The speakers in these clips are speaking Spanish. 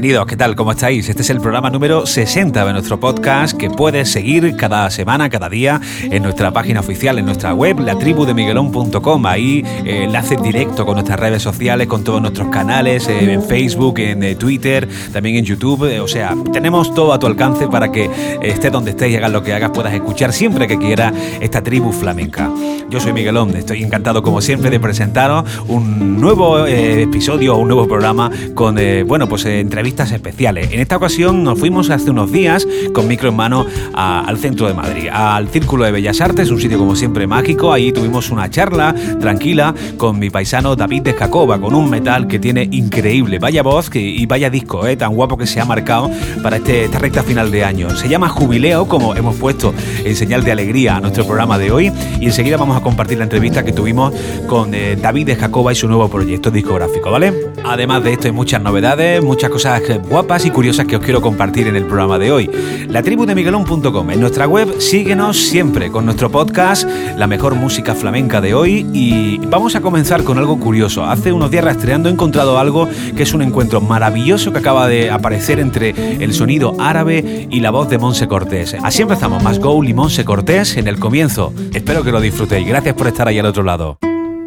Bienvenidos, ¿qué tal? ¿Cómo estáis? Este es el programa número 60 de nuestro podcast que puedes seguir cada semana, cada día en nuestra página oficial, en nuestra web, latribudemiguelón.com. Ahí enlace directo con nuestras redes sociales, con todos nuestros canales, en Facebook, en Twitter, también en YouTube. O sea, tenemos todo a tu alcance para que estés donde estés y hagas lo que hagas, puedas escuchar siempre que quieras esta tribu flamenca. Yo soy Miguelón, estoy encantado como siempre de presentaros un nuevo episodio, un nuevo programa con, entrevistas especiales. En esta ocasión nos fuimos hace unos días con micro en mano al centro de Madrid, al Círculo de Bellas Artes, un sitio como siempre mágico. Ahí tuvimos una charla tranquila con mi paisano David de Jacoba, con un metal que tiene increíble, vaya voz y vaya disco, tan guapo que se ha marcado para esta recta final de año. Se llama Jubileo, como hemos puesto en señal de alegría a nuestro programa de hoy, y enseguida vamos a compartir la entrevista que tuvimos con David de Jacoba y su nuevo proyecto discográfico, ¿vale? Además de esto hay muchas novedades, muchas cosas guapas y curiosas que os quiero compartir en el programa de hoy. Latribudemiguelón.com, en nuestra web, síguenos siempre con nuestro podcast, la mejor música flamenca de hoy, y vamos a comenzar con algo curioso. Hace unos días rastreando he encontrado algo que es un encuentro maravilloso que acaba de aparecer entre el sonido árabe y la voz de Montse Cortés. Así empezamos, Masgoul y Montse Cortés en el comienzo. Espero que lo disfrutéis. Gracias por estar ahí al otro lado.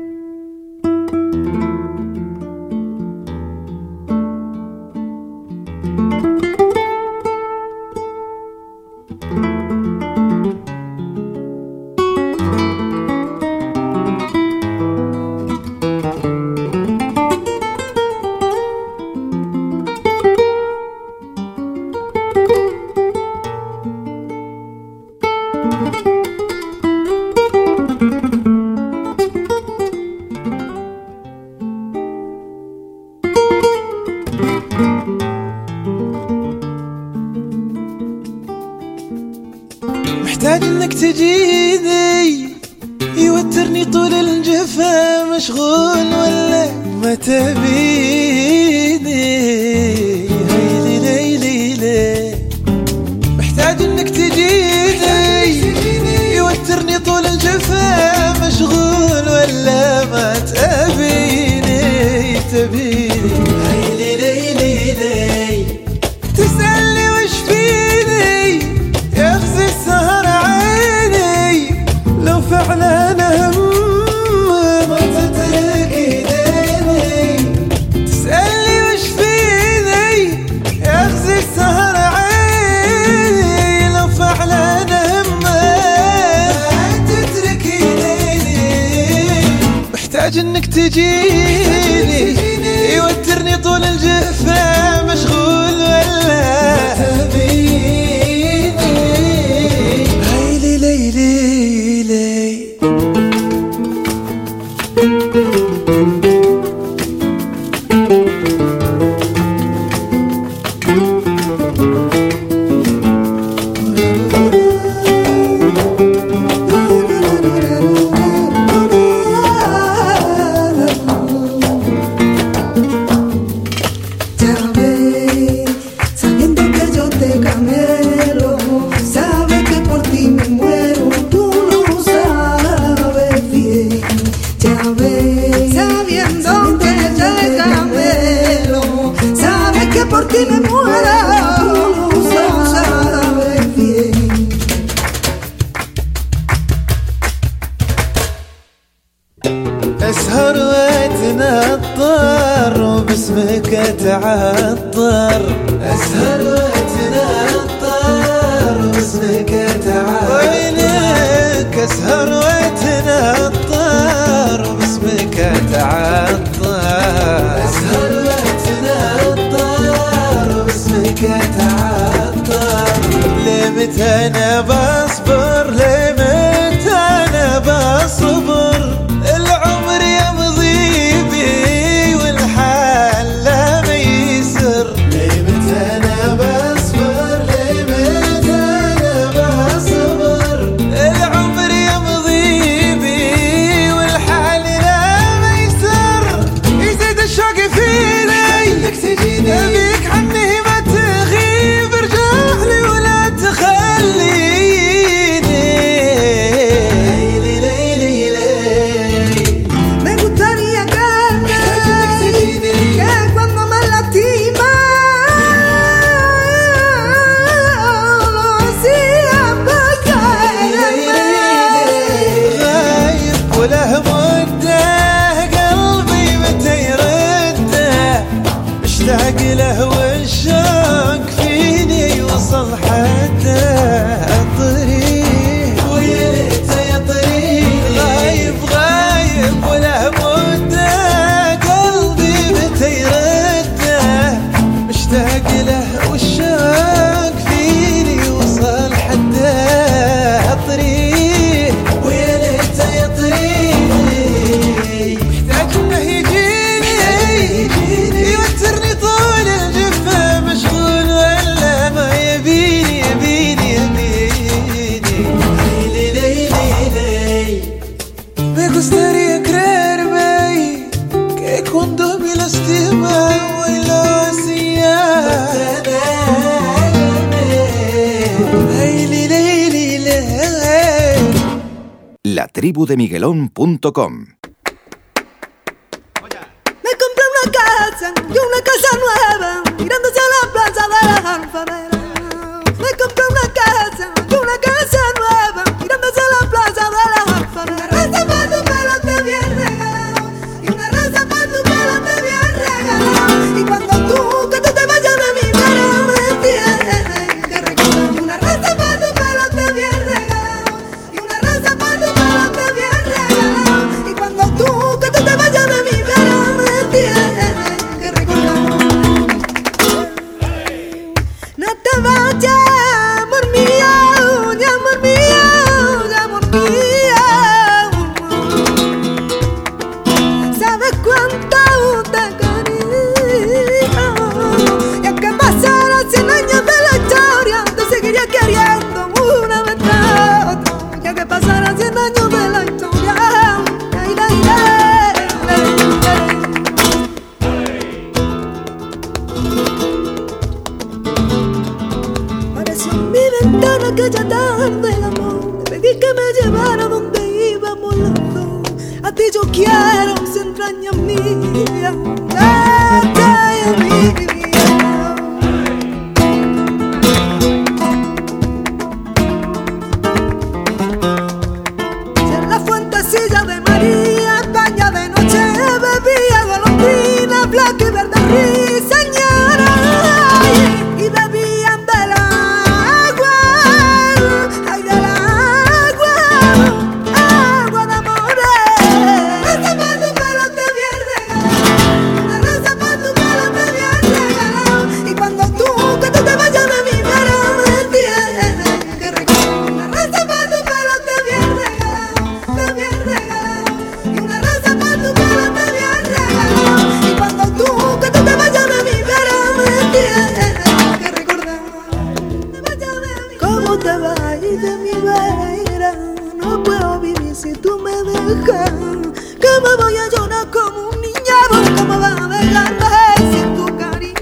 محتاج انك تجيني يوترني طول الجفا مشغول ولا ما تبيني هيلي ليلي لي محتاج انك تجيني يوترني طول الجفا مشغول ولا ما تبيني هيلي ليلي لي تسألني وش فيني يغزي السهر عيني لو فعلا هم ما تترك ايديني تسألني وش فيني يغزي السهر عيني لو فعلا هم ما تترك ايديني محتاج انك تجيني يوترني طول الجفا مشغول ولا تبيني اسهر واتنطر وباسمك اتعطر اسهر واتنطر وباسمك اتعطر وينك اسهر واتنطر وباسمك اتعطر اسهر واتنطر وباسمك اتعطر لمتى انا بصبر لمتى انا بصبر العمر يمضي بي والحال لا ميسر لمتى انا بصبر لمتى انا بصبر latribudemiguelón.com. Me compré una casa nueva, mirando hacia la plaza de las Alfareras. Me compré una casa nueva, mirando hacia la plaza de las Alfareras. Una rosa para tu pelo te bien regalado, y una rosa para tu pelo te bien regalado. Y cuando tú te vayas de mi mano me tienes que recordar. Una rosa para tu pelo te bien regalado, y una rosa para tu pelo te bien regalado. Y cuando tú te vayas de mi mano me tienes que recordar. No te vayas, amor mío, ya amor mío, ya amor mío. Sabes cuánto te quería, y aunque pasaran 100 años de la historia, te seguiría queriendo una vez tras otra. Ya que pasaran 100 años de la historia, ay, ay, ay, apareció en mi ventana aquella tarde el amor. Le pedí que me llevara donde íbamos los dos. A ti yo quiero, sin entrañas mías, ay, mi vida. Si en la fuentecilla de María, España de noche bebía golondrina, blanca y verde riseñora, y bebían del agua, ay, del agua, agua de amores. Rosa pa' tu pelo te bien regalado, una rosa pa' tu pelo te bien regalado. Y cuando tú te vayas de mi mano me tienes que recordar. Una rosa pa' tu pelo te bien regalado, te bien regalado. Y una rosa pa' tu pelo te bien regalado. Y cuando tú te vayas de mi mano me tienes que recordar. ¿Cómo te vas a ir de mi vera? No puedo vivir si tú me dejas. Que me voy a llorar como un niño. ¿Cómo vas a dejarme sin tu cariño?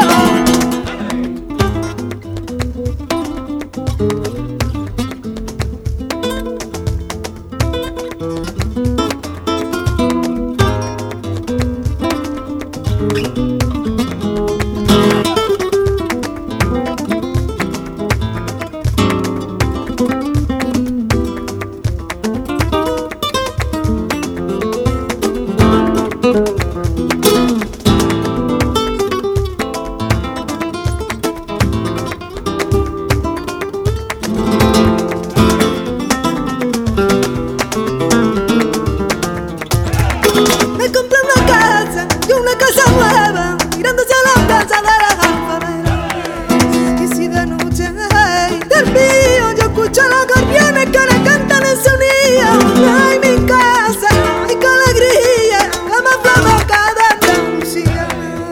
Me compré una casa nueva, mirando hacia la plaza de las Alfareras. Y si de noche del mío yo escucho a los gorriones que le cantan en su nido. Ay, mi casa, ay, qué alegría, la más flamenca de Andalucía.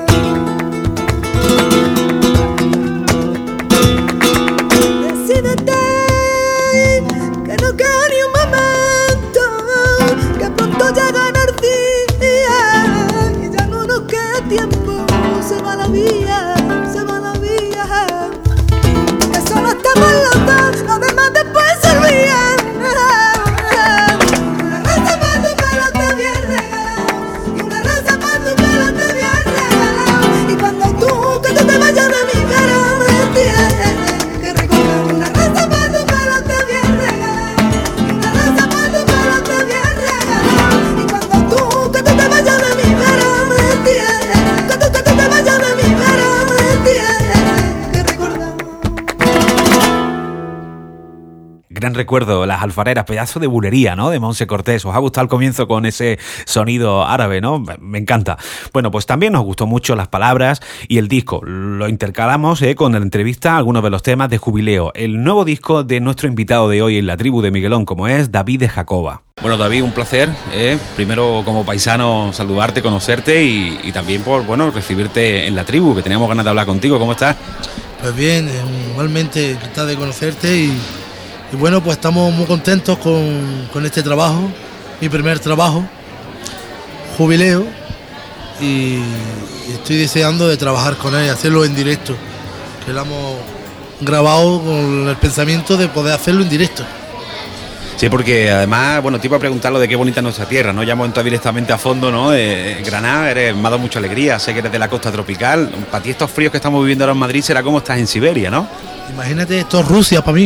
Decídete, que no queda ni un momento, que pronto llegará el día, y ya no nos queda tiempo, se va la vía, se va la vía. Que solo estamos los dos, los demás después se olvidan. Una rosa pa' tu pelo te bien regalado, y una rosa pa' tu pelo te bien regalado. Y cuando tú te vayas de mi mano me tienes que recordar. Una rosa pa' tu pelo te bien regalado, y una rosa pa' tu pelo te bien regalado. Y cuando tú te vayas de mi mano me tienes, cuando tú te vayas de mi mano me tienes que recordar. Gran recuerdo, Las Alfareras, pedazo de bulería, ¿no? De Monse Cortés. ¿Os ha gustado el comienzo con ese sonido árabe, no? Me encanta. Bueno, pues también nos gustó mucho las palabras y el disco. Lo intercalamos con la entrevista a algunos de los temas de Jubileo, el nuevo disco de nuestro invitado de hoy en la tribu de Miguelón, como es David de Jacoba. Bueno, David, un placer. Primero, como paisano, saludarte, conocerte y también por, bueno, recibirte en la tribu, que teníamos ganas de hablar contigo. ¿Cómo estás? Pues bien, igualmente encantado de conocerte y bueno, pues estamos muy contentos con este trabajo, mi primer trabajo, Jubileo, y estoy deseando de trabajar con él y hacerlo en directo, que lo hemos grabado con el pensamiento de poder hacerlo en directo. Sí, porque además, bueno, te iba a preguntar lo de qué bonita es nuestra tierra, ¿no? Ya hemos entrado directamente a fondo, ¿no? Granada, me ha dado mucha alegría, sé que eres de la costa tropical. Para ti estos fríos que estamos viviendo ahora en Madrid será como estás en Siberia, ¿no? Imagínate, esto es Rusia para mí.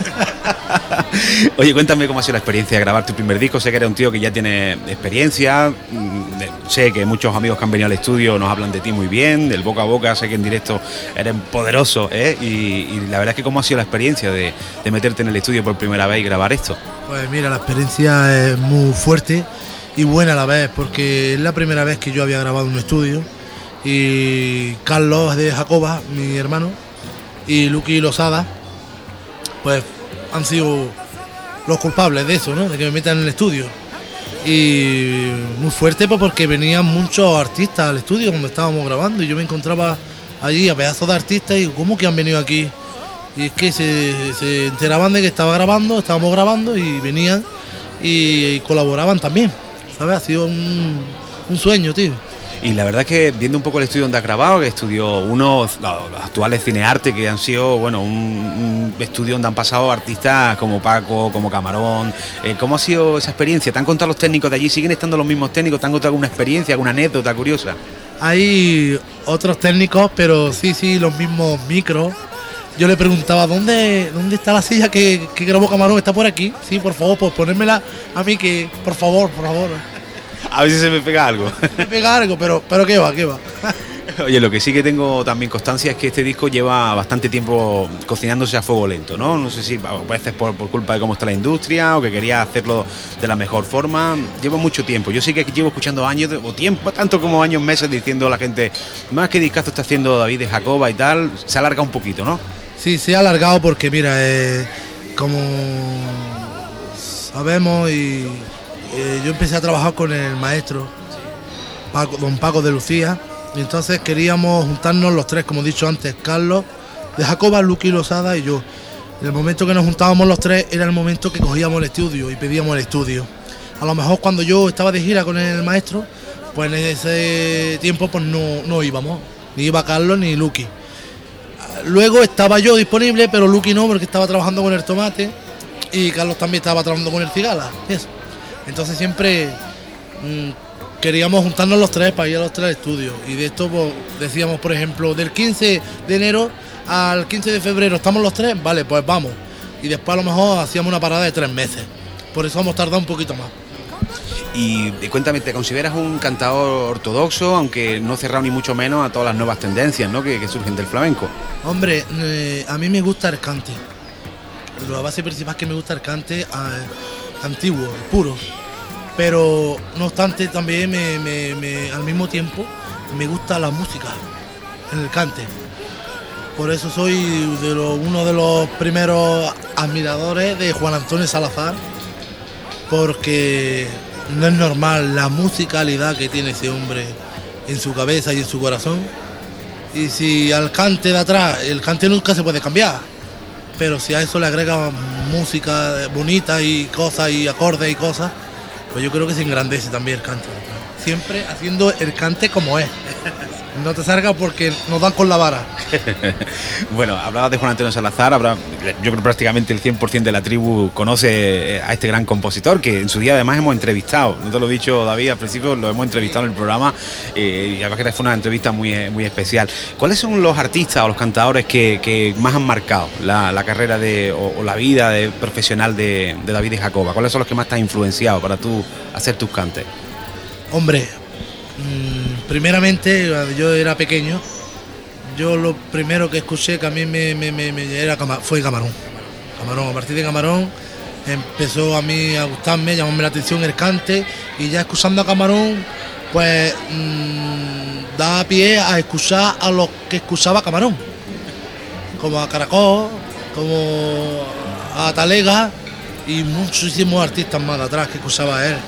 Oye, cuéntame cómo ha sido la experiencia de grabar tu primer disco. Sé que eres un tío que ya tiene experiencia, sé que muchos amigos que han venido al estudio nos hablan de ti muy bien, del boca a boca, sé que en directo eres poderoso, ¿eh? Y la verdad es que cómo ha sido la experiencia de meterte en el estudio por primera vez y grabar esto. Pues mira, la experiencia es muy fuerte y buena a la vez, porque es la primera vez que yo había grabado en un estudio y Carlos de Jacoba, mi hermano, y Luqui Losada, pues han sido los culpables de eso, ¿no? De que me metan en el estudio. Y muy fuerte, pues porque venían muchos artistas al estudio cuando estábamos grabando y yo me encontraba allí a pedazos de artistas y ¿cómo que han venido aquí? Y es que se enteraban de que estábamos grabando y venían y colaboraban también, ¿sabes? Ha sido un sueño, tío. Y la verdad es que viendo un poco el estudio donde has grabado, que estudió los actuales Cinearte, que han sido, bueno, un estudio donde han pasado artistas como Paco, como Camarón. ¿Cómo ha sido esa experiencia? ¿Te han contado los técnicos de allí? ¿Siguen estando los mismos técnicos? ¿Te han contado alguna experiencia, alguna anécdota curiosa? Hay otros técnicos, pero sí, los mismos micros. Yo le preguntaba, ¿dónde está la silla que grabó Camarón? ¿Está por aquí? Sí, por favor, pues ponérmela a mí, que por favor. A ver si se me pega algo. Me pega algo, pero ¿qué va? Oye, lo que sí que tengo también constancia es que este disco lleva bastante tiempo cocinándose a fuego lento, ¿no? No sé si a veces por culpa de cómo está la industria o que quería hacerlo de la mejor forma. Lleva mucho tiempo. Yo sí que llevo escuchando años, o tiempo, tanto como años, meses, diciendo a la gente, más que discazo está haciendo David de Jacoba y tal, se alarga un poquito, ¿no? Sí, se ha alargado porque, mira, como sabemos yo empecé a trabajar con el maestro don Paco de Lucía y entonces queríamos juntarnos los tres, como he dicho antes, Carlos de Jacoba, Luqui Losada y yo. En el momento que nos juntábamos los tres era el momento que cogíamos el estudio y pedíamos el estudio. A lo mejor cuando yo estaba de gira con el maestro, pues en ese tiempo pues no íbamos, ni iba Carlos ni Luqui. Luego estaba yo disponible, pero Luqui no, porque estaba trabajando con el Tomate y Carlos también estaba trabajando con el Cigala. Eso. Entonces siempre queríamos juntarnos los tres para ir a los tres al estudio. Y de esto pues, decíamos, por ejemplo, del 15 de enero al 15 de febrero, ¿estamos los tres? Vale, pues vamos. Y después a lo mejor hacíamos una parada de 3 meses. Por eso hemos tardado un poquito más. Y cuéntame, ¿te consideras un cantador ortodoxo, aunque no cerrado ni mucho menos a todas las nuevas tendencias, ¿no? que surgen del flamenco? Hombre, a mí me gusta el cante. La base principal es que me gusta el cante antiguo, puro. Pero no obstante también al mismo tiempo me gusta la música en el cante. Por eso soy uno de los primeros admiradores de Juan Antonio Salazar, porque no es normal la musicalidad que tiene ese hombre en su cabeza y en su corazón. Y si al cante de atrás, el cante nunca se puede cambiar, pero si a eso le agrega música bonita y cosas y acordes y cosas, pues yo creo que se engrandece también el cante. Siempre haciendo el cante como es. No te salga porque nos dan con la vara. Bueno, hablabas de Juan Antonio Salazar, yo creo que prácticamente el 100% de la tribu conoce a este gran compositor, que en su día además hemos entrevistado. No te lo he dicho, David, al principio lo hemos entrevistado en el programa y además que fue una entrevista muy especial. ¿Cuáles son los artistas o los cantadores que más han marcado la carrera o la vida profesional de David de Jacoba? ¿Cuáles son los que más te han influenciado para tú hacer tus cantes? Hombre, primeramente, yo era pequeño, yo lo primero que escuché que a mí fue Camarón. A partir de Camarón empezó a mí a gustarme, llamarme la atención el cante, y ya escuchando a Camarón, pues da pie a escuchar a los que escuchaba Camarón, como a Caracol, como a Talega y muchísimos artistas más de atrás que escuchaba él.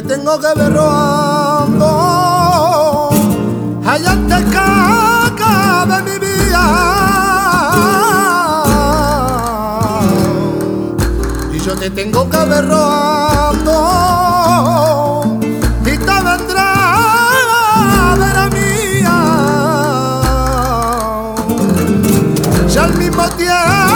tengo que ver rodando, allá te caca de mi vida. Y yo te tengo que ver rodando, y te vendrá a ver a mía. Y al mismo tiempo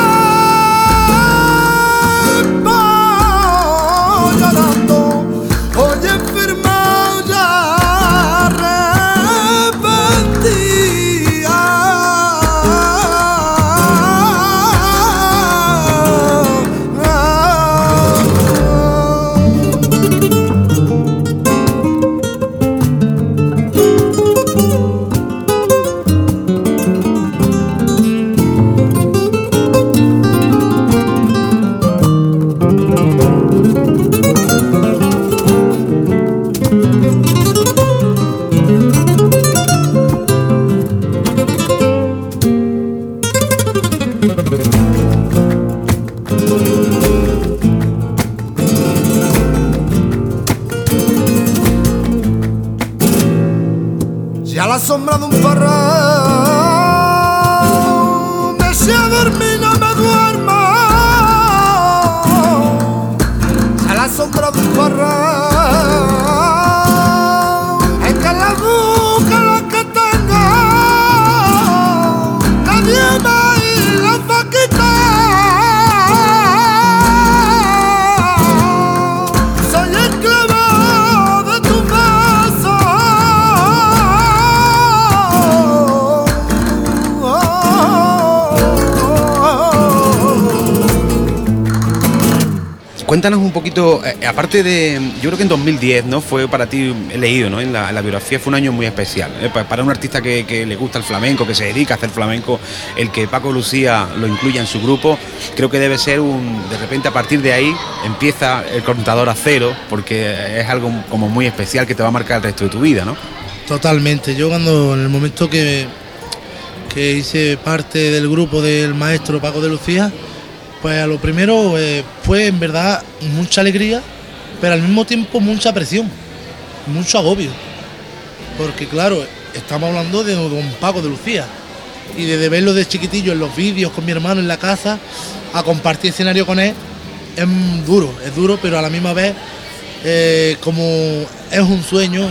a la sombra de un parral me sé a dormir, no me duermo. A la sombra de un parral es que la busca lo que tengo, nadie me la va a quitar. Soy esclavo de tu beso. Cuéntanos un poquito, aparte de, yo creo que en 2010, ¿no? Fue para ti, he leído, ¿no? En la biografía, fue un año muy especial, ¿eh? Para un artista que le gusta el flamenco, que se dedica a hacer flamenco, el que Paco Lucía lo incluya en su grupo, creo que debe ser de repente a partir de ahí empieza el contador a cero, porque es algo como muy especial que te va a marcar el resto de tu vida, ¿no? Totalmente. Yo cuando en el momento que hice parte del grupo del maestro Paco de Lucía, pues a lo primero fue en verdad mucha alegría, pero al mismo tiempo mucha presión, mucho agobio. Porque claro, estamos hablando de don Paco de Lucía y de verlo de chiquitillo en los vídeos con mi hermano en la casa, a compartir escenario con él, es duro, pero a la misma vez como es un sueño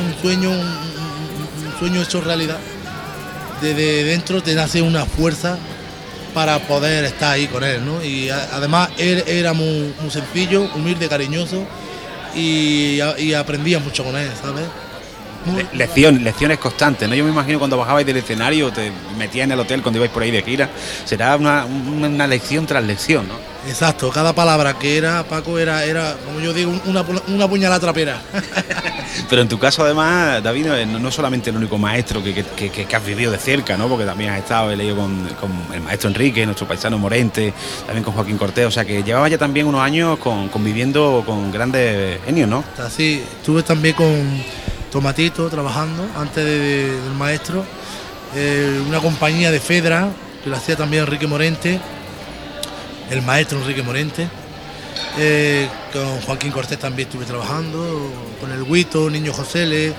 hecho realidad. Desde dentro te nace una fuerza para poder estar ahí con él, ¿no? Y además él era muy sencillo, humilde, cariñoso y aprendía mucho con él, ¿sabes? Lecciones constantes, ¿no? Yo me imagino cuando bajabais del escenario, te metías en el hotel cuando ibais por ahí de gira, será una lección tras lección, ¿no? Exacto, cada palabra que era Paco era como yo digo, una puñalada trapera. Pero en tu caso además, David, no solamente el único maestro que has vivido de cerca, ¿no? Porque también has estado, he leído con el maestro Enrique, nuestro paisano Morente, también con Joaquín Cortés, o sea que llevaba ya también unos años conviviendo con grandes genios, ¿no? Sí, estuve también con Tomatito trabajando antes del maestro, una compañía de Fedra que lo hacía también Enrique Morente, el maestro Enrique Morente, con Joaquín Cortés también estuve trabajando, con el Huito, Niño Josele,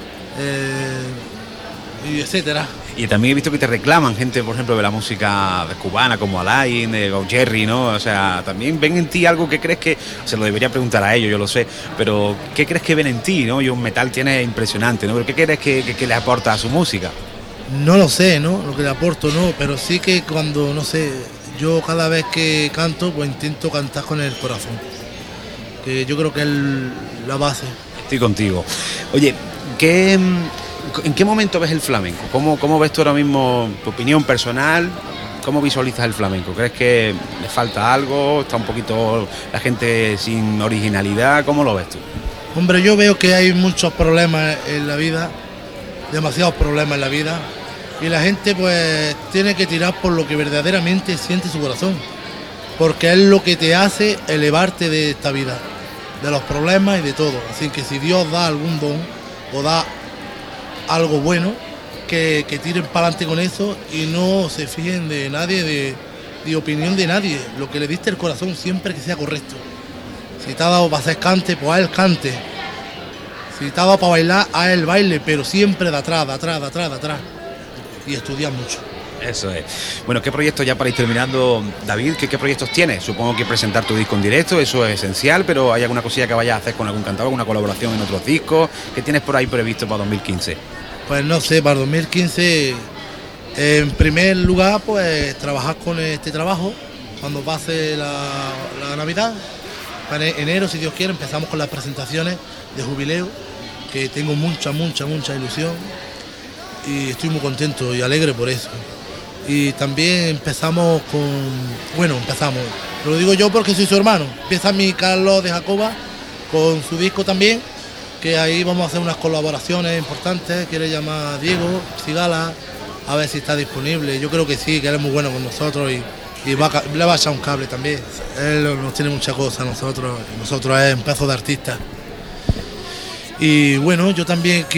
y etcétera. Y también he visto que te reclaman gente, por ejemplo, de la música cubana, como Alain, de Jerry, ¿no? O sea, también ven en ti algo que crees que... Se lo debería preguntar a ellos, yo lo sé, pero ¿qué crees que ven en ti, no? Y un metal tiene impresionante, ¿no? Pero ¿qué crees que le aporta a su música? No lo sé, ¿no? Lo que le aporto, no, pero sí que cuando, no sé, yo cada vez que canto, pues intento cantar con el corazón, que yo creo que es la base. Estoy contigo. Oye, ¿en qué momento ves el flamenco? ¿Cómo ves tú ahora mismo, tu opinión personal? ¿Cómo visualizas el flamenco? ¿Crees que le falta algo? ¿Está un poquito la gente sin originalidad? ¿Cómo lo ves tú? Hombre, yo veo que hay muchos problemas en la vida, demasiados problemas en la vida, y la gente pues tiene que tirar por lo que verdaderamente siente su corazón, porque es lo que te hace elevarte de esta vida, de los problemas y de todo. Así que si Dios da algún don o da algo bueno, que tiren para adelante con eso y no se fijen de nadie, de opinión de nadie. Lo que le diste el corazón siempre que sea correcto. Si te ha dado para hacer cante, pues a él cante. Si estaba para bailar, haz el baile, pero siempre de atrás. Y estudiar mucho. Eso es. Bueno, ¿qué proyectos ya para ir terminando, David? ¿Qué proyectos tienes? Supongo que presentar tu disco en directo, eso es esencial, pero ¿hay alguna cosilla que vayas a hacer con algún cantador, alguna colaboración en otros discos? ¿Qué tienes por ahí previsto para 2015? Pues no sé, para 2015, en primer lugar, pues trabajar con este trabajo. Cuando pase la Navidad, para enero, si Dios quiere, empezamos con las presentaciones de jubileo, que tengo mucha ilusión y estoy muy contento y alegre por eso. Y también empezamos, lo digo yo porque soy su hermano, empieza mi Carlos de Jacoba con su disco también, que ahí vamos a hacer unas colaboraciones importantes, quiere llamar a Diego Cigala, a ver si está disponible. Yo creo que sí, que él es muy bueno con nosotros y le va a echar un cable también. Él nos tiene muchas cosas, nosotros es un pedazo de artista. Y bueno, yo también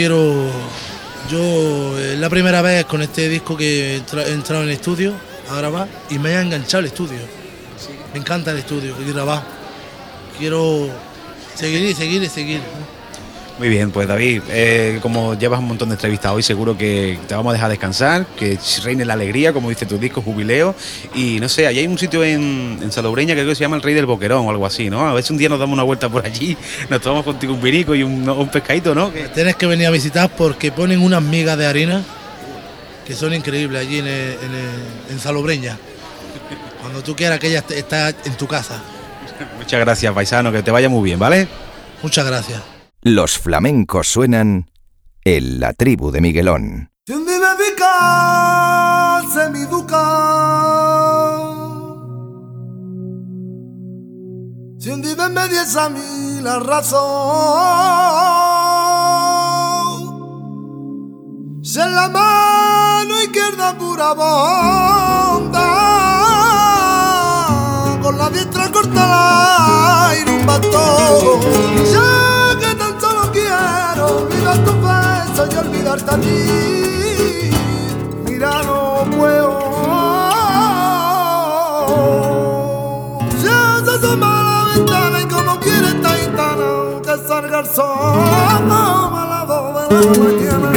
es la primera vez con este disco que he entrado en el estudio a grabar y me ha enganchado el estudio. Me encanta el estudio y grabar. Quiero seguir. Muy bien, pues David, como llevas un montón de entrevistas hoy, seguro que te vamos a dejar descansar, que reine la alegría, como dice tu disco, jubileo. Y no sé, allí hay un sitio en Salobreña que creo que se llama el Rey del Boquerón o algo así, ¿no? A ver si un día nos damos una vuelta por allí, nos tomamos contigo un vinico y un pescadito, ¿no? Tienes que venir a visitar porque ponen unas migas de harina que son increíbles allí en Salobreña. Cuando tú quieras, que ella está en tu casa. Muchas gracias, paisano, que te vaya muy bien, ¿vale? Muchas gracias. Los flamencos suenan en la tribu de Miguelón. Tiendi me vica se mi duca, tiendi de media a mí la razón, se la mano izquierda pura bondad, con la diestra corta la y un bastón. Olvidar tu beso y olvidarte a ti. Mira, no puedo. Si se asoma a la ventana y como quiere esta gitana que salga el sol a las 2 de la mañana.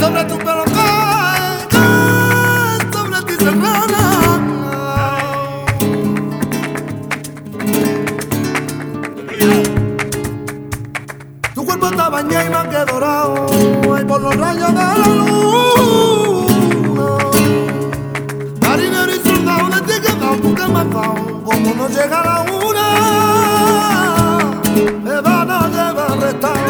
sobre tu pelo cae, cae sobre ti serrana. Tu cuerpo está bañado y más que dorado, y por los rayos de la luna. Marinero y soldado de ti he quedado, tú que me has dado, como no llega la una, me van a llevar arrestado.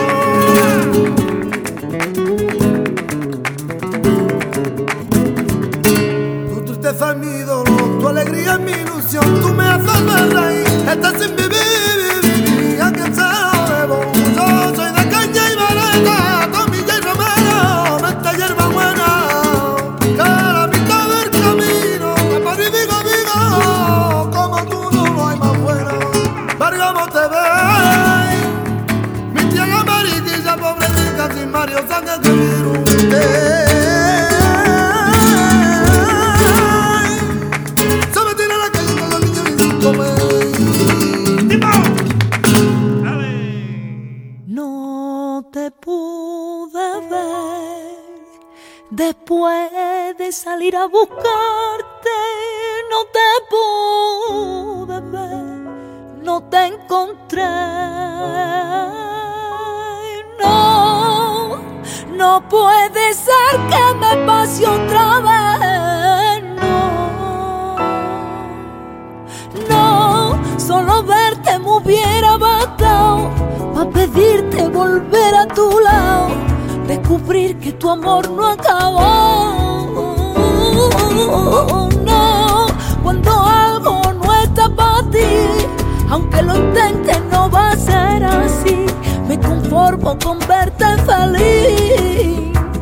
Tu tristeza es mi dolor, tu alegría es mi ilusión, tú me haces ver reír, estás sin vivir, a quien se lo debo. Yo soy de caña y vareta, tomilla y romero, esta hierba buena, que a la mitad del camino, me paro y digo, como tú no lo hay más fuera. Vargamo te ve, mi tierra mariquilla, pobre rica, sin Mario Sánchez de Virunte. Se me tira la calle con los niños y sin comer. No te pude ver después de salir a buscarte, no te pude ver, no te encontré. No puede ser que me pase otra vez, no, solo verte me hubiera bastado pa' pedirte volver a tu lado, descubrir que tu amor no acabó. No, cuando algo no está para ti, aunque lo intentes no va a ser así, me conformo con verte feliz.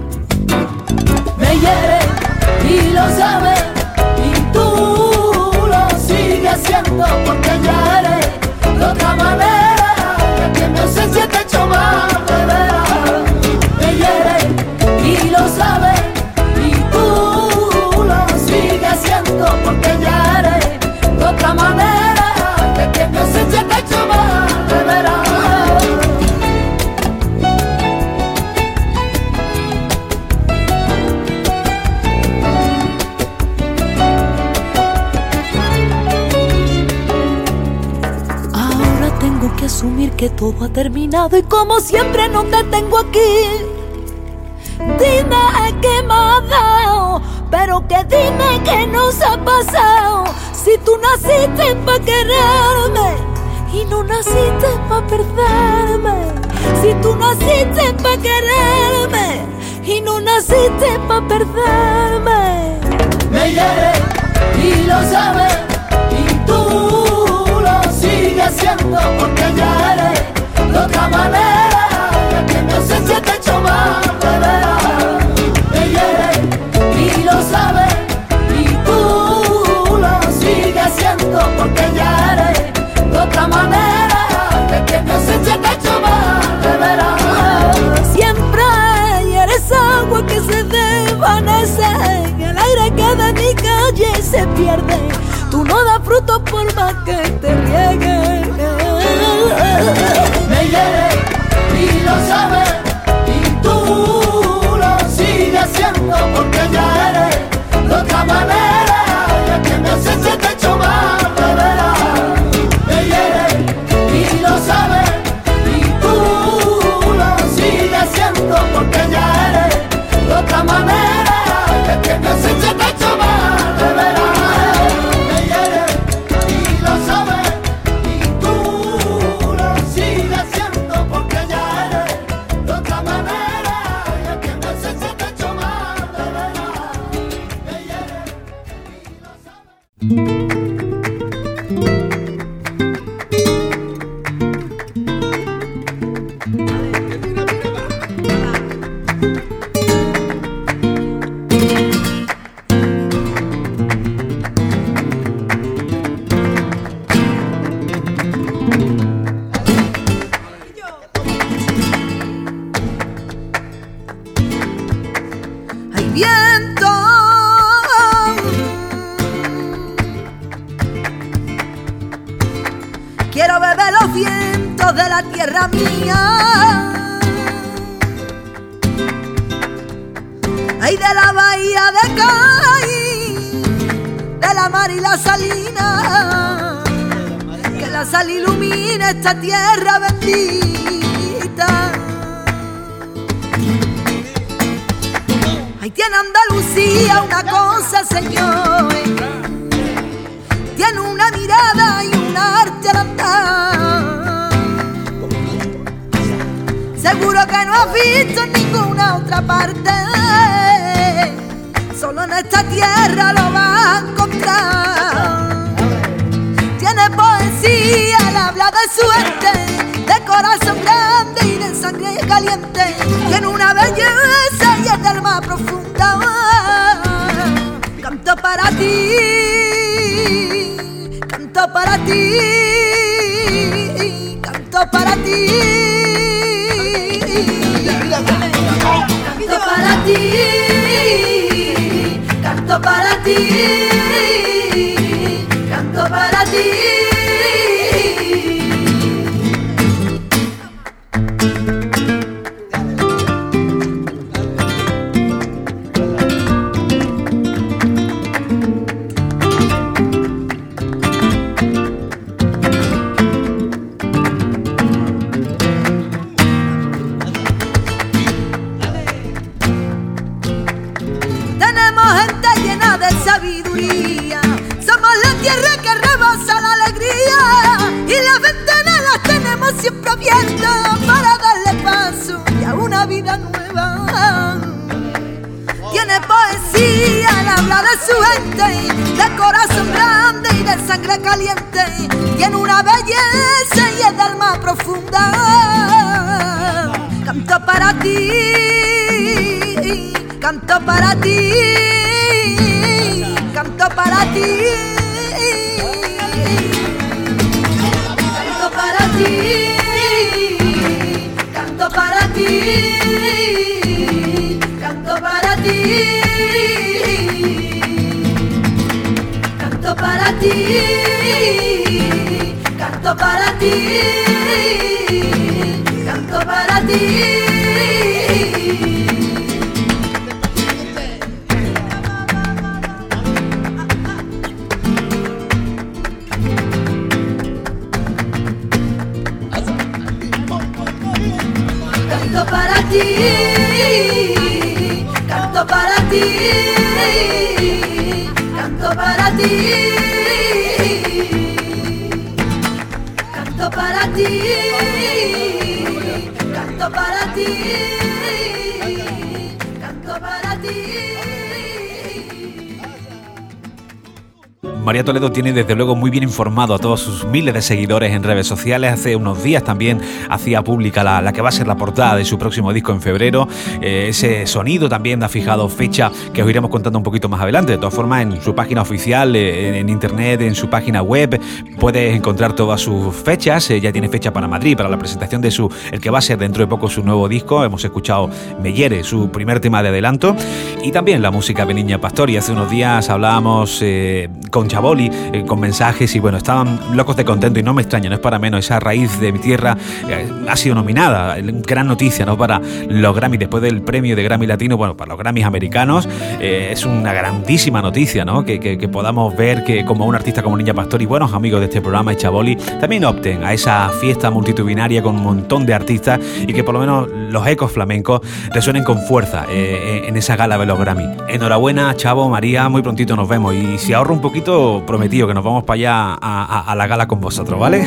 Me hiere y lo sabes, y tú lo sigues haciendo porque ya eres de otra manera, que mi ausencia te ha hecho mal de veras. Me hiere y lo sabes, y tú lo sigues haciendo porque ya eres de otra manera, que mi ausencia te ha hecho mal de veras. Que asumir que todo ha terminado y como siempre no te tengo aquí. Dime qué me ha dado, pero que dime qué nos ha pasado. Si tú naciste pa' quererme y no naciste pa' perderme. Si tú naciste pa' quererme y no naciste pa' perderme. Me hiere y lo sabes, y tú sigue haciendo porque ya eres de otra manera, que mi ausencia te ha hecho mal de veras. Me hiere y lo sabes, y tú lo sigues haciendo porque ya eres de otra manera, que mi ausencia te ha hecho mal de veras. Siempre eres agua que se desvanece, el aire que de mi calle se pierde. Tú no das frutos por más que te riegue. Me hiere y lo sabes, y tú lo sigues haciendo porque ya eres de otra manera, que mi ausencia te ha hecho mal de veras. Me hiere y lo sabes, y tú lo sigues haciendo porque ya eres de otra manera, que mi ausencia te ha hecho mal de veras. Quiero beber los vientos de la tierra mía. Ay, de la bahía de Cádiz, de la mar y la salina, que la sal ilumine esta tierra bendita. Ahí tiene Andalucía una cosa, señor, tiene una mirada y un arte al andar. Seguro que no has visto en ninguna otra parte, solo en esta tierra lo vas a encontrar. Tiene poesía, él habla de suerte, de corazón grande y de sangre caliente. Tiene una belleza y es del más profunda. Canto para ti, canto para ti, canto para ti, canto para ti, canto para ti, canto para ti. Sabiduría, somos la tierra que rebasa la alegría y las ventanas las tenemos siempre abiertas para darle paso y a una vida nueva. Tiene poesía, él habla de su gente, de corazón grande y de sangre caliente. Tiene una belleza y es de alma profunda. Canto para ti, canto para ti, canto para ti, canto para ti, canto para ti, canto para ti, canto para ti, canto para ti, canto para ti. Canto para ti, canto para ti, canto para ti, canto para ti, canto para ti, canto para ti. María Toledo tiene desde luego muy bien informado a todos sus miles de seguidores en redes sociales. Hace unos días también hacía pública la que va a ser la portada de su próximo disco en febrero. Ese sonido también ha fijado fecha que os iremos contando un poquito más adelante. De todas formas, en su página oficial, en internet, en su página web, puedes encontrar todas sus fechas. Ya tiene fecha para Madrid, para la presentación de el que va a ser dentro de poco su nuevo disco. Hemos escuchado Me hiere, su primer tema de adelanto, y también la música de Niña Pastor. Y hace unos días hablábamos con Chaboli, con mensajes, y bueno, estaban locos de contento, y no me extraña, no es para menos. Esa raíz de mi tierra ha sido nominada, gran noticia, ¿no?, para los Grammy, después del premio de Grammy Latino, bueno, para los Grammys americanos. Es una grandísima noticia, ¿no?, que podamos ver que como un artista como Niña Pastor y buenos amigos de este programa, Chaboli, también opten a esa fiesta multitudinaria con un montón de artistas, y que por lo menos los ecos flamencos resuenen con fuerza en esa gala de los Grammy. Enhorabuena, Chavo, María, muy prontito nos vemos, y si ahorro un poquito, prometido que nos vamos para allá a la gala con vosotros, ¿vale?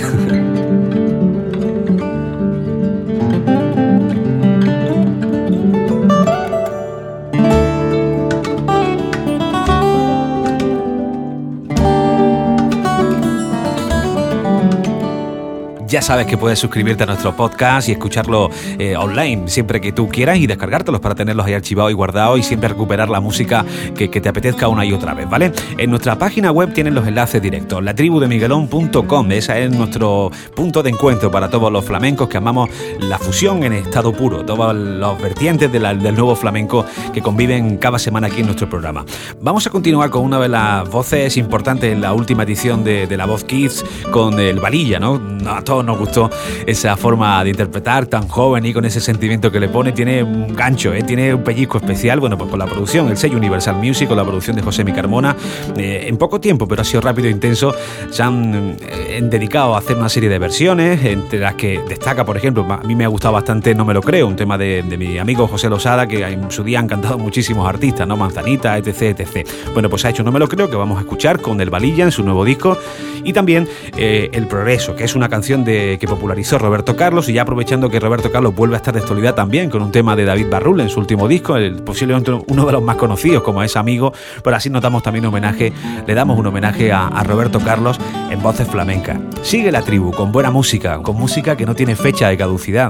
Ya sabes que puedes suscribirte a nuestro podcast y escucharlo online siempre que tú quieras, y descargártelos para tenerlos ahí archivados y guardados, y siempre recuperar la música que te apetezca una y otra vez, ¿vale? En nuestra página web tienen los enlaces directos, latribudemiguelón.com. Ese es nuestro punto de encuentro para todos los flamencos que amamos la fusión en estado puro, todos los vertientes del nuevo flamenco que conviven cada semana aquí en nuestro programa. Vamos a continuar con una de las voces importantes en la última edición de La Voz Kids, con el Valilla, ¿no? A todos todos nos gustó esa forma de interpretar tan joven y con ese sentimiento que le pone. Tiene un gancho, tiene un pellizco especial. Bueno, pues con la producción, el sello Universal Music, con la producción de Josemi Carmona, en poco tiempo, pero ha sido rápido e intenso, se han dedicado a hacer una serie de versiones, entre las que destaca, por ejemplo, a mí me ha gustado bastante No me lo creo, un tema de mi amigo José Losada, que en su día han cantado muchísimos artistas, ¿no? Manzanita, etc, etc. Bueno, pues ha hecho No me lo creo, que vamos a escuchar con El Valilla en su nuevo disco, y también El Progreso, que es una canción que popularizó Roberto Carlos, y ya aprovechando que Roberto Carlos vuelve a estar de actualidad también con un tema de David Barrul en su último disco, posiblemente uno de los más conocidos, como es Amigo, pero así nos damos también le damos un homenaje a Roberto Carlos en voces flamencas. Sigue La Tribu con buena música, con música que no tiene fecha de caducidad.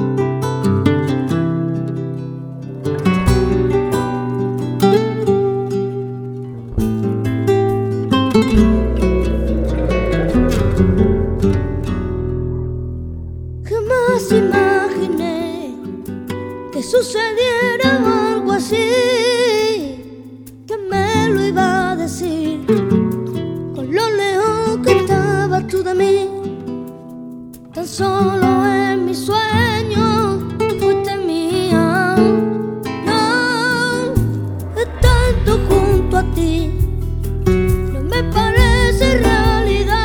Jamás imaginé que sucediera algo así, que me lo iba a decir con lo lejos que estabas tú de mí. Tan solo en mis sueños fuiste mía. No, estando junto a ti no me parece realidad.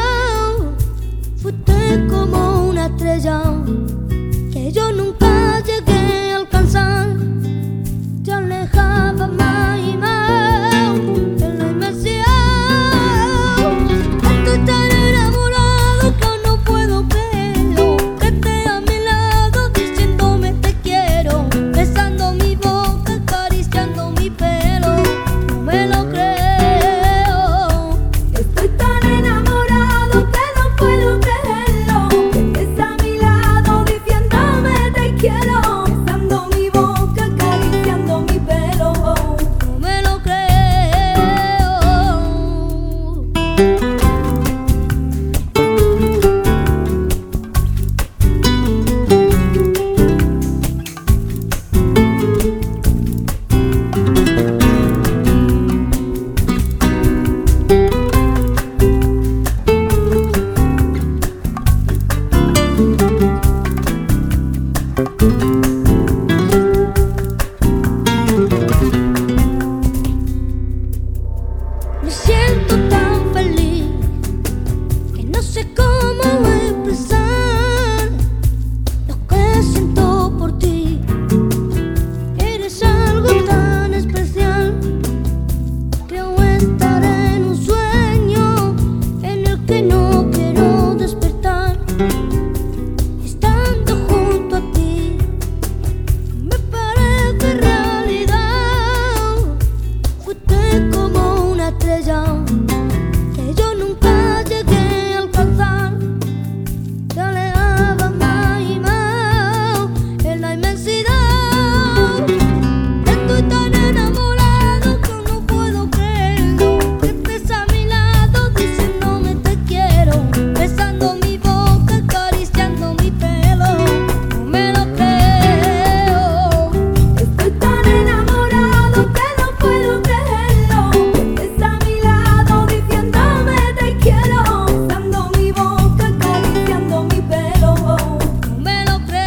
Fuiste como una estrella que yo nunca llegué a alcanzar. Te alejaba más y más en la inmensidad. Estoy tan enamorado que no puedo creerlo, que estés a mi lado diciéndome te quiero, besando mi boca, acariciando mi pelo. No me lo creo. Estoy tan enamorado que no puedo creerlo, que estés a mi lado diciéndome te quiero, besando mi boca, acariciando mi pelo. No me lo creo. Me siento tan feliz que no sé cómo expresar lo que siento por ti. Eres algo tan especial. Creo estar en un sueño en el que no quiero despertar. Estando junto a ti me parece realidad. Fuiste como una estrella que yo nunca llegué a alcanzar. Te alejaba más y más en la inmensidad. Estoy tan enamorado que no puedo creerlo, que estés a mi lado diciéndome te quiero, besando mi boca, acariciando mi pelo. No me lo creo. Estoy tan enamorado que no puedo creerlo, que estés a mi lado diciéndome te quiero, besando mi boca, acariciando mi pelo. No me lo creo.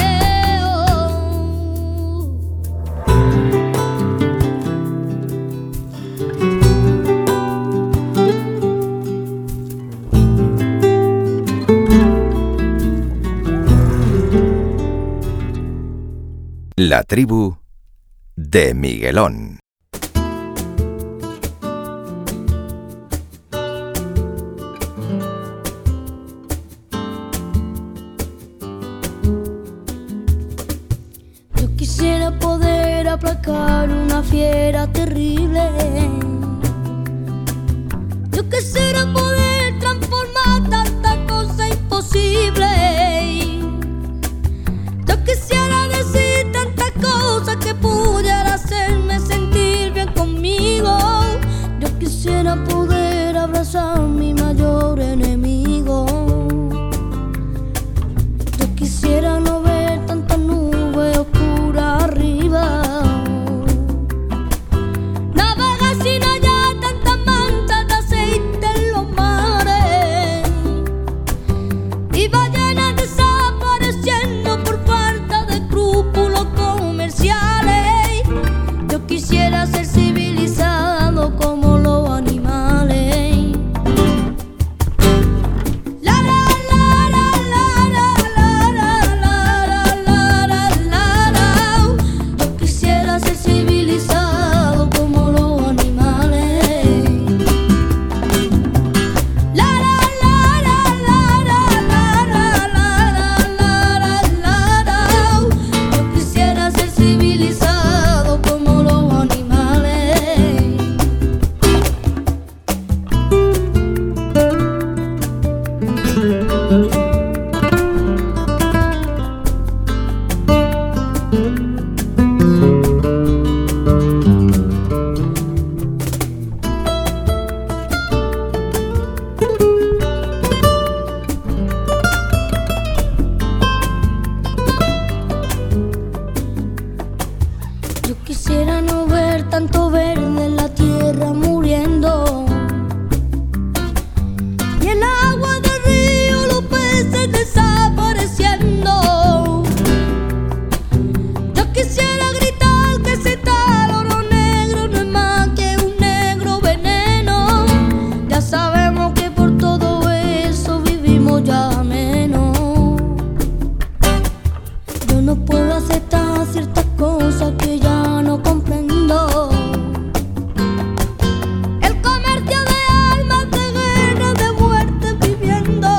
La Tribu de Miguelón. Yo quisiera poder aplacar una fiera terrible. Yo quisiera poder transformar tanta cosa imposible. Yo quisiera decir tantas cosas que pudiera hacerme sentir bien conmigo. Yo quisiera poder abrazar mi mayor enemigo. Yo quisiera no ver tantas nubes oscuras arriba, navegar sin hallar tantas manchas de aceite en los mares y Yo quisiera no ver tanto verde en la tierra muriendo, y el agua del río los peces desapareciendo. Yo quisiera gritar que ese tal oro negro no es más que un negro veneno. Ya sabemos que por todo eso vivimos ya menos. Yo no puedo aceptar ciertas cosas que ya no comprendo. El comercio de almas, de guerra, de muerte viviendo.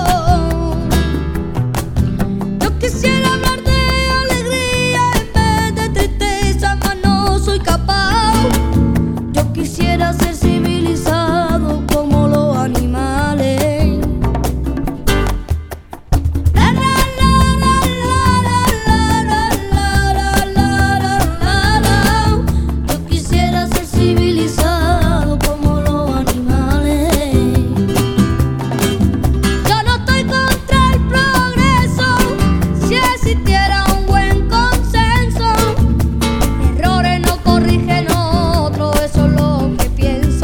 Yo quisiera hablar de alegría en vez de tristeza, mas no soy capaz. Yo quisiera ser civilizado como los animales. La, la, la, la, la, la, la, la, la, la, la. Yo quisiera ser civilizado como los animales. Yo no estoy contra el progreso, si existiera un buen consenso. Errores no corrigen otros, eso es lo que pienso.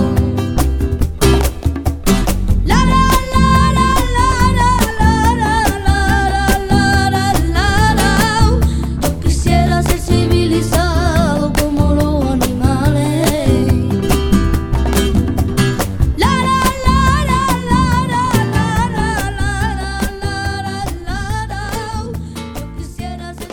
La, la, la, la, la, la, la, la, la, la, la. Yo quisiera ser civilizado como los animales. La, la, la, la, la, la, la, la, la, la. Yo quisiera ser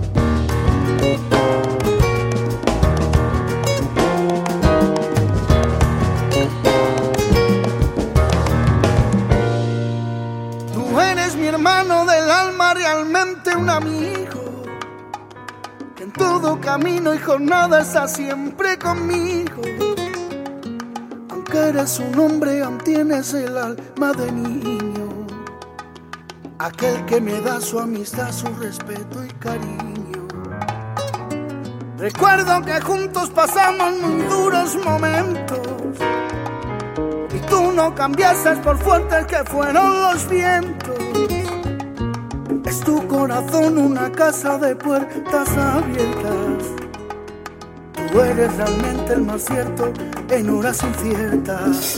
Tú eres mi hermano del alma, realmente un amigo, que en todo camino y jornada está siempre conmigo. Aunque eres un hombre, aún tienes el alma de niño, aquel que me da su amistad, su respeto y cariño. Recuerdo que juntos pasamos muy duros momentos, y tú no cambiaste por fuertes que fueron los vientos. Es tu corazón una casa de puertas abiertas. Tú eres realmente el más cierto en horas inciertas.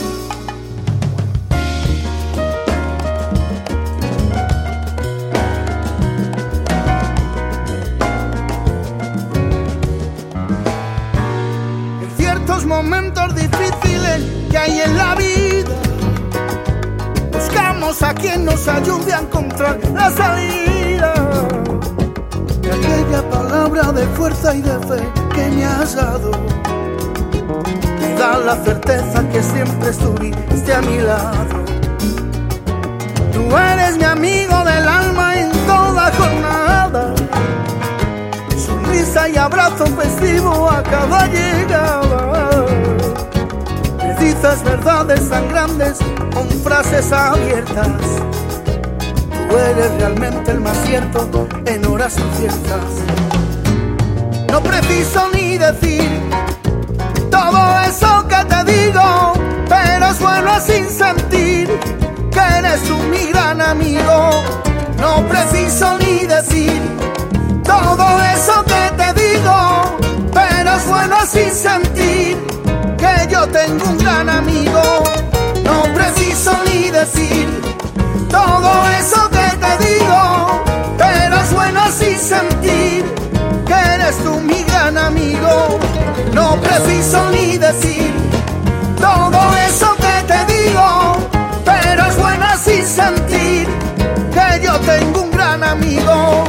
En ciertos momentos difíciles que hay en la vida, buscamos a quien nos ayude a encontrar la salida. Y aquella palabra de fuerza y de fe que me has dado me da la certeza que siempre estuviste a mi lado. Tú eres mi amigo del alma en toda jornada, sonrisa y abrazo festivo a cada llegada. Me dices verdades tan grandes con frases abiertas. Tú eres realmente el más cierto en horas inciertas. No preciso ni decir todo eso que te digo, pero es bueno sin sentir que eres tú mi gran amigo. No preciso ni decir todo eso que te digo, pero es bueno sin sentir que yo tengo un gran amigo. No preciso ni decir todo eso que te digo, pero es bueno sin sentir que eres tú mi gran amigo. No preciso ni decir todo eso que te digo, pero es bueno sin sentir que yo tengo un gran amigo.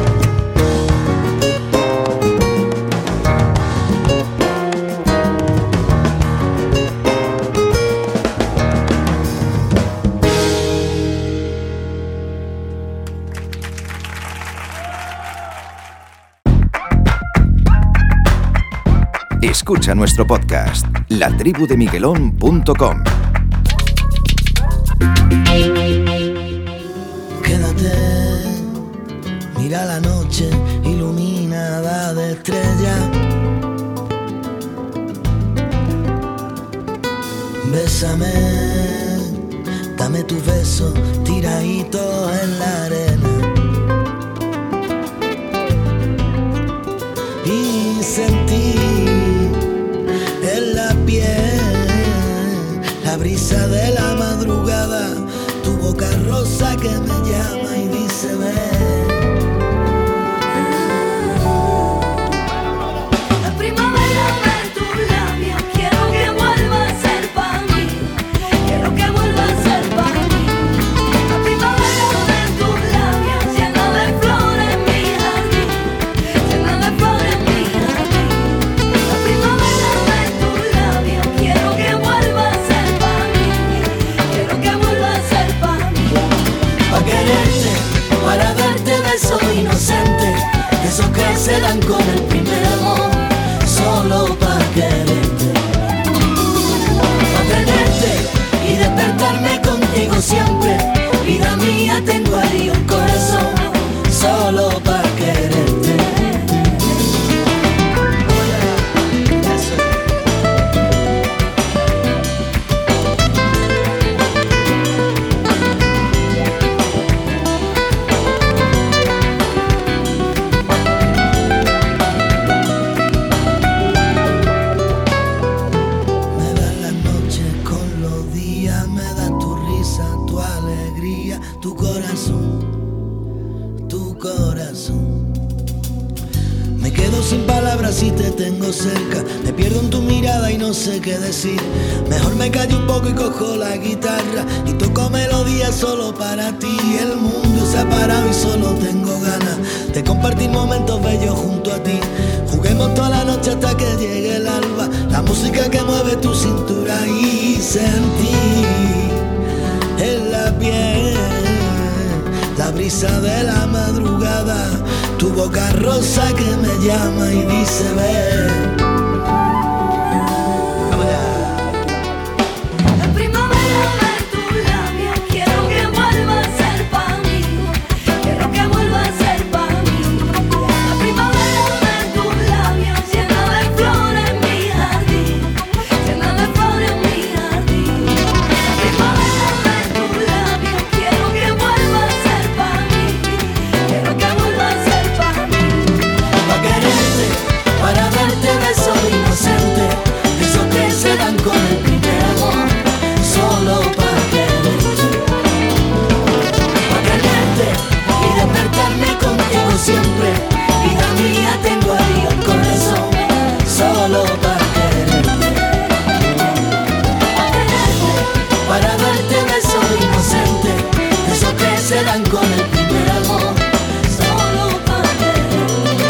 Escucha nuestro podcast, latribudemiguelón.com. Quédate, mira la noche iluminada de estrellas. Bésame, dame tus besos tiraditos en la arena. y sentí en la piel la brisa de la madrugada, tu boca rosa que me llama y dice ven. La primavera de tus labios, quiero que vuelva a ser para mí, quiero que vuelva a ser para mí. La primavera de tus labios, llena de flores mi jardín, llena de flores mi jardín. La primavera de tus labios, quiero que vuelva a ser para mí, quiero que vuelva a ser para mí. Pa' quererte, para darte besos inocentes, esos que se dan con el primer amor, solo pa' quererte. Pa' tenerte y despertarme contigo siempre, vida mía, tengo ahí un corazón, solo pa' quererte. Sin palabras si te tengo cerca, me pierdo en tu mirada y no sé qué decir. Mejor me callo un poco y cojo la guitarra y toco melodías solo para ti. El mundo se ha parado y solo tengo ganas de compartir momentos bellos junto a ti. Juguemos toda la noche hasta que llegue el alba, la música que mueve tu cintura y sentí en la piel la brisa de la madrugada, tu boca rosa que me llama y dice ven. La primavera de tus labios, quiero que vuelva a ser para mí, quiero que vuelva a ser para mí. La primavera de tus labios, llena de flores mi jardín, llena de flores mi jardín. La primavera de tus labios, quiero que vuelva a ser para mí, quiero que vuelva a ser para mí. Pa' quererte, para darte besos inocentes, esos que se dan con el primer amor, solo pa' quererte. Pa' quererte y despertarme contigo siempre, vida mía, tengo ahí el corazón, solo pa' quererte. Pa' quererte, para darte besos inocentes, esos que se dan con el primer amor, solo pa' quererte.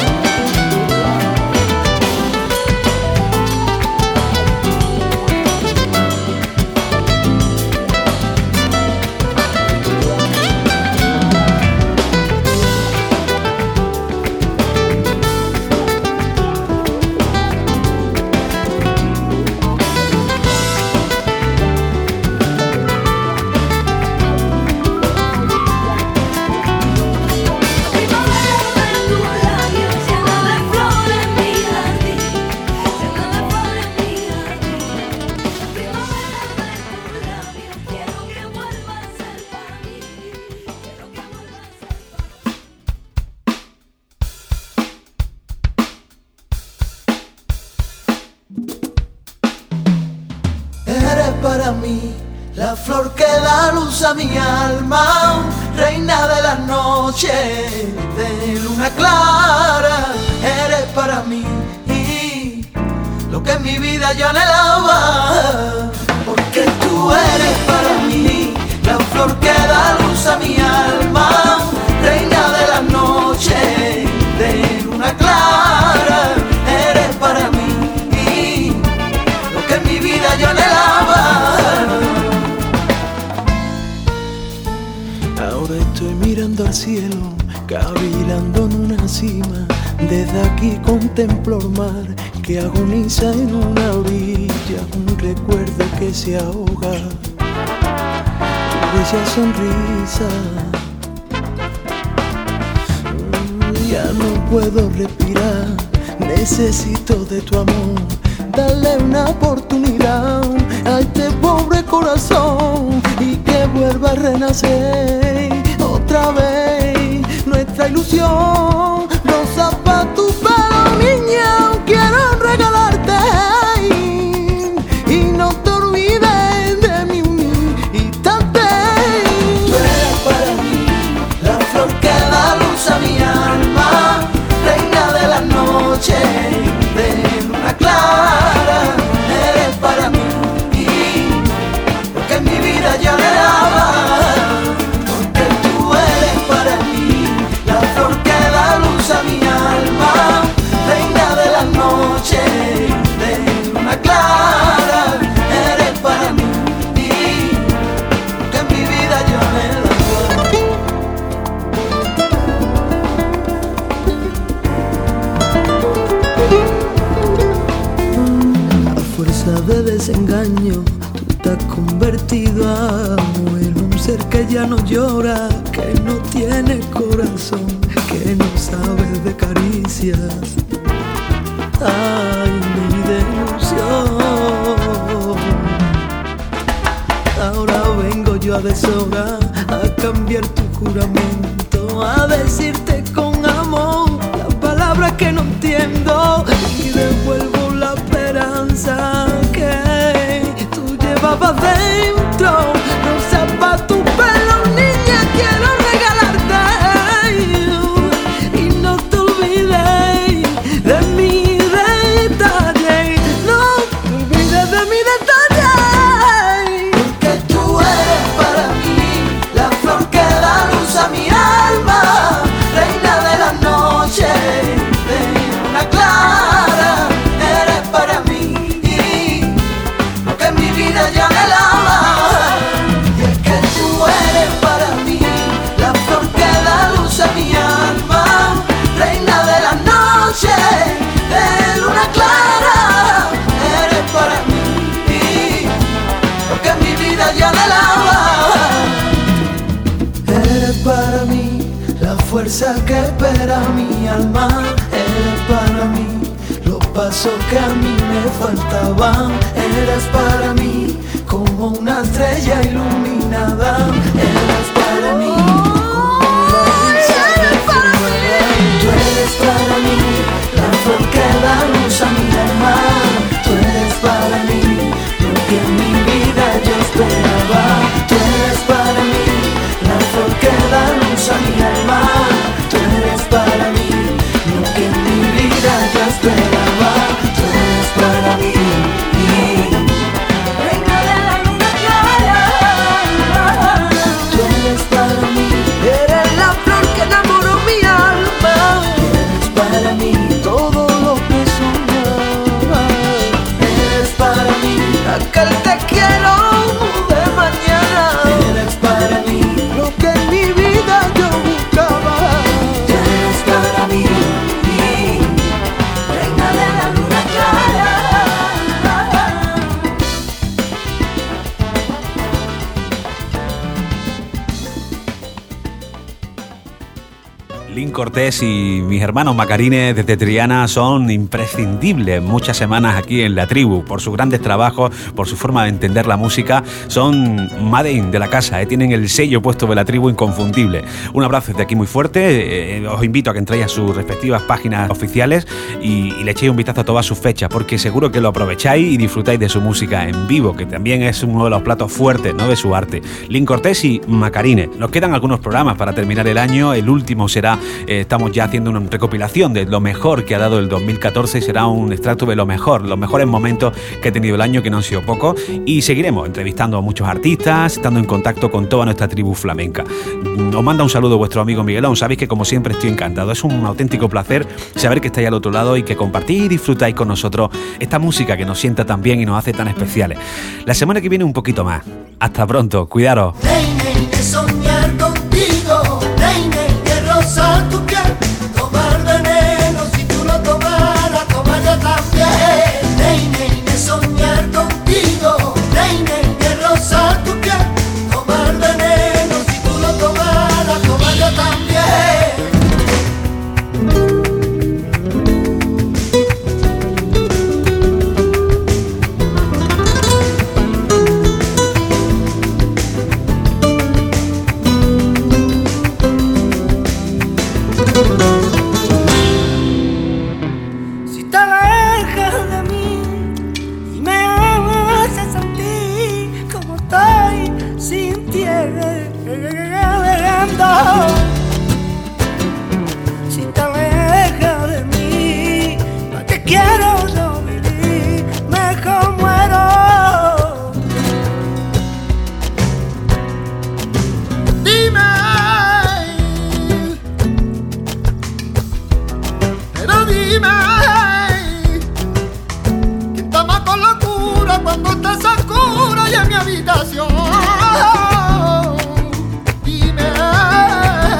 Para mí, la flor que da luz a mi alma, reina de la noche, de luna clara, eres para mí lo que en mi vida yo anhelaba, porque tú eres para mí, la flor que da luz a mi alma, reina de la noche, de luna clara, eres para mí lo que en mi vida yo anhelaba. Ahora estoy mirando al cielo, cavilando en una cima. Desde aquí contemplo el mar que agoniza en una orilla, un recuerdo que se ahoga, tu bella sonrisa. Ya no puedo respirar, necesito de tu amor, darle una oportunidad a este pobre corazón y que vuelva a renacer otra vez nuestra ilusión. Rosa pa' tu pelo, niña. fuerza de desengaño, tú te has convertido en un ser que ya no llora, que no tiene corazón, que no sabe de caricias. Ay, mi desilusión. Ahora vengo yo a deshogar, a cambiar tu juramento, a decirte con amor las palabras que no entiendo, y devuelvo la esperanza que tú llevabas dentro. Rosa pa' tu pelo, niña, quiero regalarte, y no te olvides de mi detalle, no te olvides de mi detalle. Porque tú eres para mí la flor que da luz a mi alma, reina de la noche, de luna clara. Eres para mí lo que mi vida ya anhelaba. Y es que tú eres para mí la flor que da luz a mi alma, reina de la noche, de luna clara. Eres para mí lo que mi vida ya anhelaba. Eres para mí la fuerza que espera mi alma. Eres para mí los pasos que a mí me faltaban. Eres para mí como una estrella iluminada. Eres para mí como la brisa que fluye. Tú eres para mí la flor que da luz a mi alma. Tú eres para mí lo que en mi vida yo esperaba. Tú eres para mí la flor que da luz a mi alma. Tú eres para mí lo que en mi vida yo esperaba. Tú eres para mí reina de la luna clara. Tú eres para mí, Eres la flor que enamoró mi alma, tú eres para mí, todo lo que soñaba. eres para mí, Aquel te quiero de mañana, eres para mí, lo que en mi vida yo buscaba. eres para mí, reina de la luna clara. Lin Cortés y mis hermanos Macarines desde Triana son imprescindibles muchas semanas aquí en La Tribu, por sus grandes trabajos, por su forma de entender la música. Son Madin de la casa, tienen el sello puesto de La Tribu inconfundible. Un abrazo desde aquí muy fuerte, os invito a que entréis a sus respectivas páginas oficiales y le echéis un vistazo a todas sus fechas, porque seguro que lo aprovecháis y disfrutáis de su música en vivo, que también es uno de los platos fuertes, ¿no?, de su arte. Lin Cortés y Macarines. Nos quedan algunos programas para terminar el año, el último será estamos ya haciendo una recopilación de lo mejor que ha dado el 2014 y será un extracto de lo mejor, los mejores momentos que ha tenido el año, que no han sido pocos, y seguiremos entrevistando a muchos artistas, estando en contacto con toda nuestra tribu flamenca. Os manda un saludo vuestro amigo Miguelón, sabéis que como siempre estoy encantado, es un auténtico placer saber que estáis al otro lado y que compartís y disfrutáis con nosotros esta música que nos sienta tan bien y nos hace tan especiales. La semana que viene un poquito más. Hasta pronto, cuidaros. De soñar contigo, de rozar tu piel, tomar veneno si tú lo tomaras, tomar yo también. De soñar contigo, de rozar tu piel, tomar veneno si tú lo tomaras, tomar yo también. Si te alejas de mí y me haces sentir como estoy sintiendo, si te alejas de mí, ¿para qué quiero yo vivir? Mejor muero. Dime, pero dime, que está más con locura cuando estás a oscuras y en mi habitación. Dime,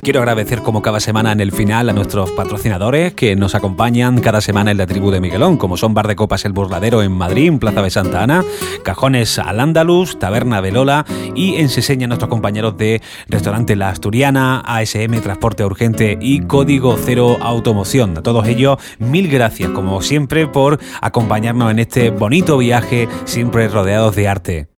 Quiero agradecer como cada semana en el final a nuestros patrocinadores que nos acompañan cada semana en la tribu de Miguelón, como son Bar de Copas El Burladero en Madrid, en Plaza de Santa Ana, Cajones Al Andalus, Taberna de Lola y en Seseña nuestros compañeros de Restaurante La Asturiana, ASM Transporte Urgente y Código Cero Automoción. A todos ellos, mil gracias como siempre por acompañarnos en este bonito viaje, siempre rodeados de arte.